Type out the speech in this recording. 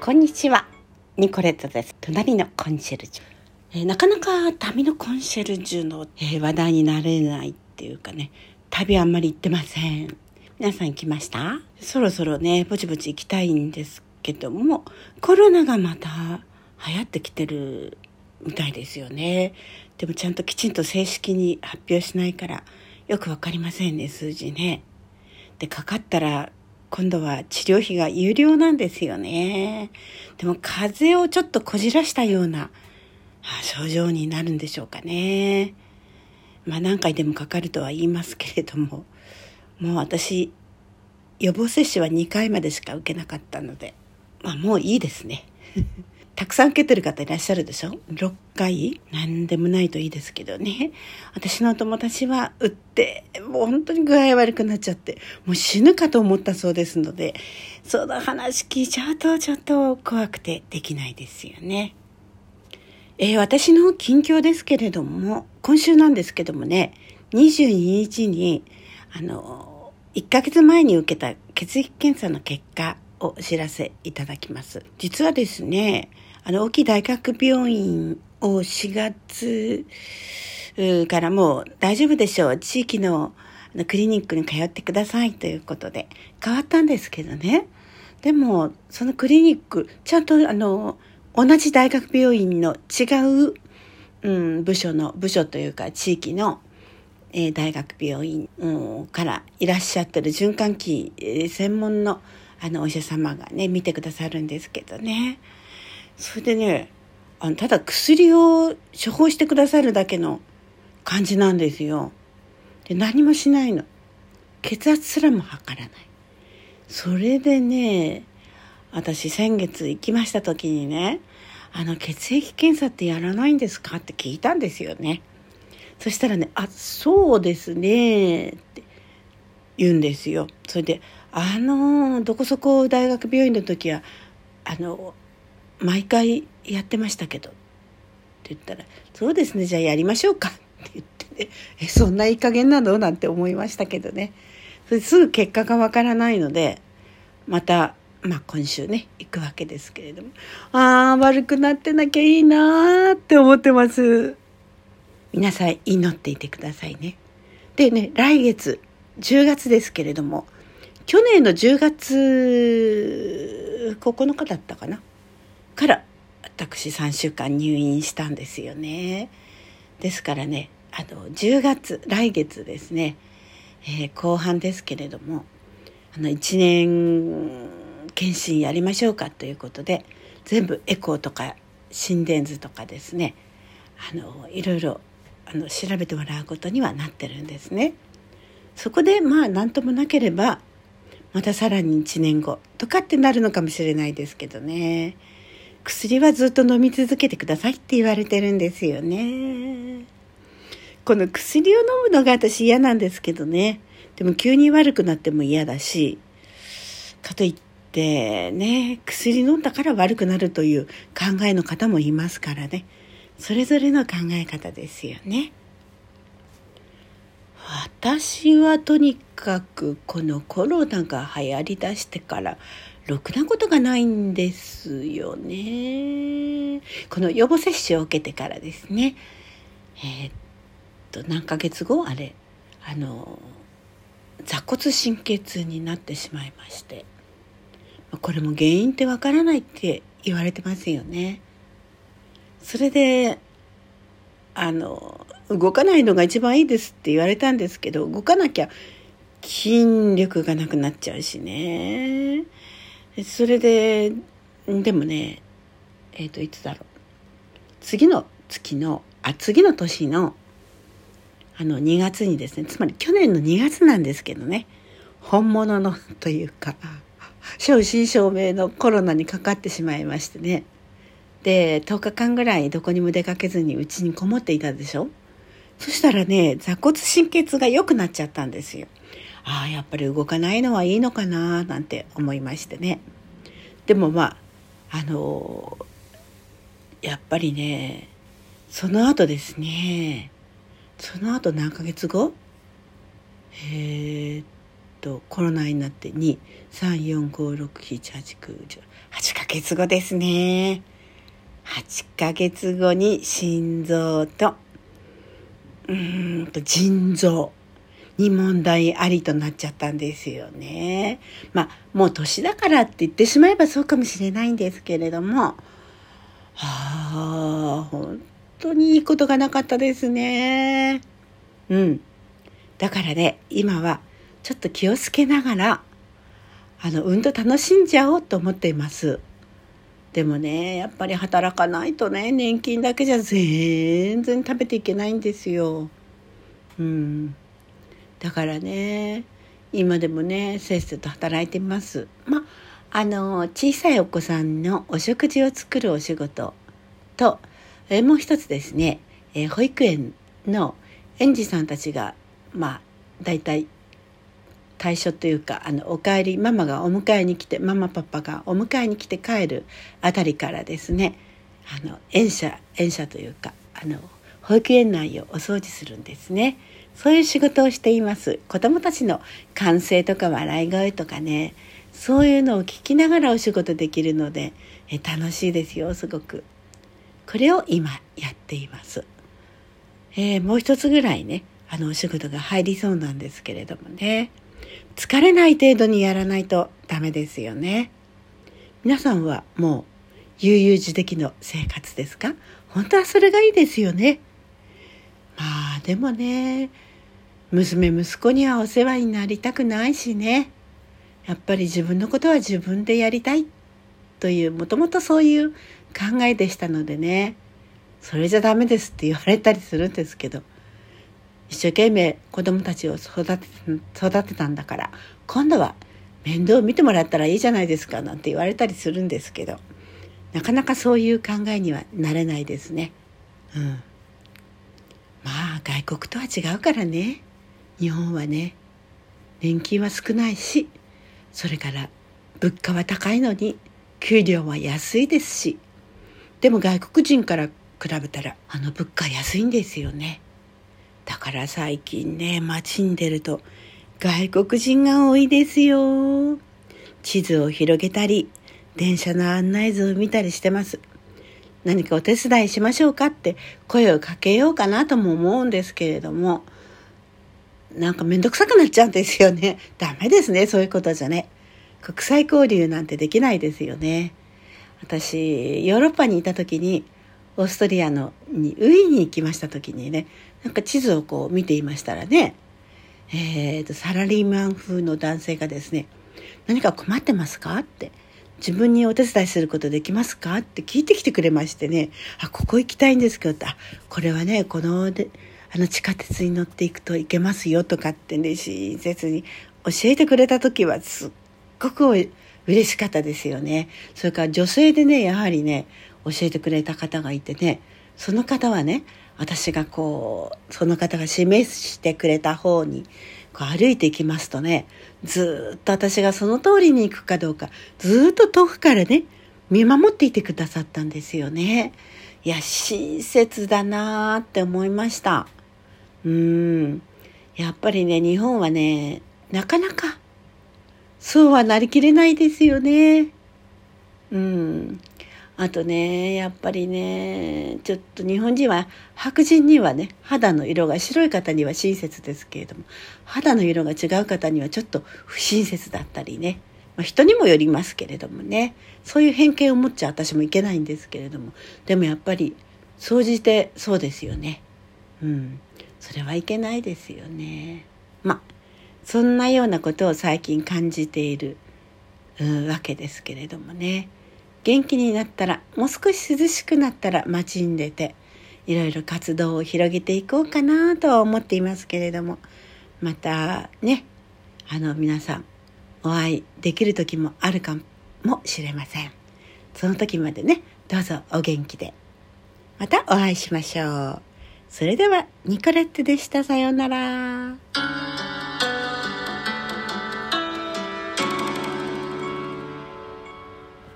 こんにちは、ニコレットです。隣のコンシェルジュ、なかなか旅のコンシェルジュの、話題になれないっていうかね、旅あんまり行ってません。皆さん行きました？そろそろね、ぼちぼち行きたいんですけども、コロナがまた流行ってきてるみたいですよね。でもちゃんときちんと正式に発表しないからよくわかりませんね、数字ね。で、かかったら今度は治療費が有料なんですよね。でも風邪をちょっとこじらしたような症状になるんでしょうかね。何回でもかかるとは言いますけれども、もう私予防接種は2回までしか受けなかったので、もういいですね。たくさん受けてる方いらっしゃるでしょ。6回なんでもないといいですけどね。私のお友達は打ってもう本当に具合悪くなっちゃって、もう死ぬかと思ったそうですので、その話聞いちゃうとちょっと怖くてできないですよね。私の近況ですけれども、今週なんですけどもね、22日に1ヶ月前に受けた血液検査の結果をお知らせいただきます。実はですね、大きい大学病院を4月からもう大丈夫でしょう、地域のクリニックに通ってくださいということで変わったんですけどね。でもそのクリニックちゃんと同じ大学病院の違う、部署というか地域の大学病院、からいらっしゃってる循環器、専門のお医者様がね見てくださるんですけどね。それでね、ただ薬を処方してくださるだけの感じなんですよ。で、何もしないの。血圧すらも測らない。それでね、私先月行きました時にね、血液検査ってやらないんですかって聞いたんですよね。そしたらね、そうですねって言うんですよ。それで、どこそこ大学病院の時は毎回やってましたけどって言ったら、そうですね、じゃあやりましょうかって言ってね、そんないい加減なのなんて思いましたけどね。それすぐ結果がわからないので、また今週ね行くわけですけれども、悪くなってなきゃいいなって思ってます。皆さん祈っていてくださいね。でね、来月10月ですけれども、去年の10月9日だったかなから私3週間入院したんですよね。ですからね、10月来月ですね、後半ですけれども、1年検診やりましょうかということで、全部エコーとか心電図とかですね、いろいろ調べてもらうことにはなってるんですね。そこで何ともなければまたさらに1年後とかってなるのかもしれないですけどね。薬はずっと飲み続けてくださいって言われてるんですよね。この薬を飲むのが私嫌なんですけどね。でも急に悪くなっても嫌だし、かといってね、薬飲んだから悪くなるという考えの方もいますからね。それぞれの考え方ですよね。私はとにかくこのコロナが流行りだしてからろくなことがないんですよね。この予防接種を受けてからですね、何ヶ月後座骨神経痛になってしまいまして、これも原因ってわからないって言われてますよね。それで動かないのが一番いいですって言われたんですけど、動かなきゃ筋力がなくなっちゃうしね。それででもね、いつだろう、次の年の2月にですね、つまり去年の2月なんですけどね、本物のというか正真正銘のコロナにかかってしまいましてね。で、10日間ぐらいどこにも出かけずにうちにこもっていたでしょ。そしたらね、座骨神経痛が良くなっちゃったんですよ。やっぱり動かないのはいいのかななんて思いましてね。でもやっぱりね、その後何ヶ月後コロナになって2、3、4、5、6、7、8、9、10、8ヶ月後ですね。8ヶ月後に心臓と腎臓に問題ありとなっちゃったんですよね。もう年だからって言ってしまえばそうかもしれないんですけれども、本当にいいことがなかったですね。だからね、今はちょっと気をつけながら楽しんじゃおうと思っています。でもね、やっぱり働かないとね、年金だけじゃ全然食べていけないんですよ。だからね、今でもね、せっせと働いてます。小さいお子さんのお食事を作るお仕事と、もう一つですね、保育園の園児さんたちがだいたい対象というかお帰りママがお迎えに来てママパパがお迎えに来て帰るあたりからですね、園舎というか保育園内をお掃除するんですね。そういう仕事をしています。子どもたちの歓声とか笑い声とかね、そういうのを聞きながらお仕事できるので楽しいですよ、すごく。これを今やっています。もう一つぐらいねお仕事が入りそうなんですけれどもね、疲れない程度にやらないとダメですよね。皆さんはもう悠々自適の生活ですか？本当はそれがいいですよね。でもね、娘息子にはお世話になりたくないしね、やっぱり自分のことは自分でやりたいというもともとそういう考えでしたのでね、それじゃダメですって言われたりするんですけど、一生懸命子供たちを育てたんだから今度は面倒を見てもらったらいいじゃないですかなんて言われたりするんですけど、なかなかそういう考えにはなれないですね。外国とは違うからね。日本はね、年金は少ないし、それから物価は高いのに給料は安いですし、でも外国人から比べたら物価安いんですよね。だから最近ね、街に出ると外国人が多いですよ。地図を広げたり電車の案内図を見たりしてます。何かお手伝いしましょうかって声をかけようかなとも思うんですけれども、なんかめんどくさくなっちゃうんですよね。ダメですね、そういうことじゃね。国際交流なんてできないですよね。私ヨーロッパにいた時にオーストリアのウィーンに行きました時にね、なんか地図を見ていましたらね、サラリーマン風の男性がですね、何か困ってますかって、自分にお手伝いすることできますかって聞いてきてくれましてね、ここ行きたいんですけど、これはね、地下鉄に乗っていくと行けますよとかってね、親切に教えてくれた時はすっごく嬉しかったですよね。それから女性でね、やはりね、教えてくれた方がいてね、その方はね、私がその方が示してくれた方に歩いていきますとね、ずっと私がその通りに行くかどうかずっと遠くからね見守っていてくださったんですよね。いや、親切だなって思いました。やっぱりね、日本はね、なかなかそうはなりきれないですよね。あとね、やっぱりね、ちょっと日本人は白人にはね、肌の色が白い方には親切ですけれども、肌の色が違う方にはちょっと不親切だったりね、人にもよりますけれどもね、そういう偏見を持っちゃ私もいけないんですけれども、でもやっぱり総じてそうですよね。それはいけないですよね。そんなようなことを最近感じているわけですけれどもね、元気になったら、もう少し涼しくなったら街に出ていろいろ活動を広げていこうかなとは思っていますけれども、またね、皆さんお会いできる時もあるかもしれません。その時までね、どうぞお元気でまたお会いしましょう。それではニコレットでした。さようなら。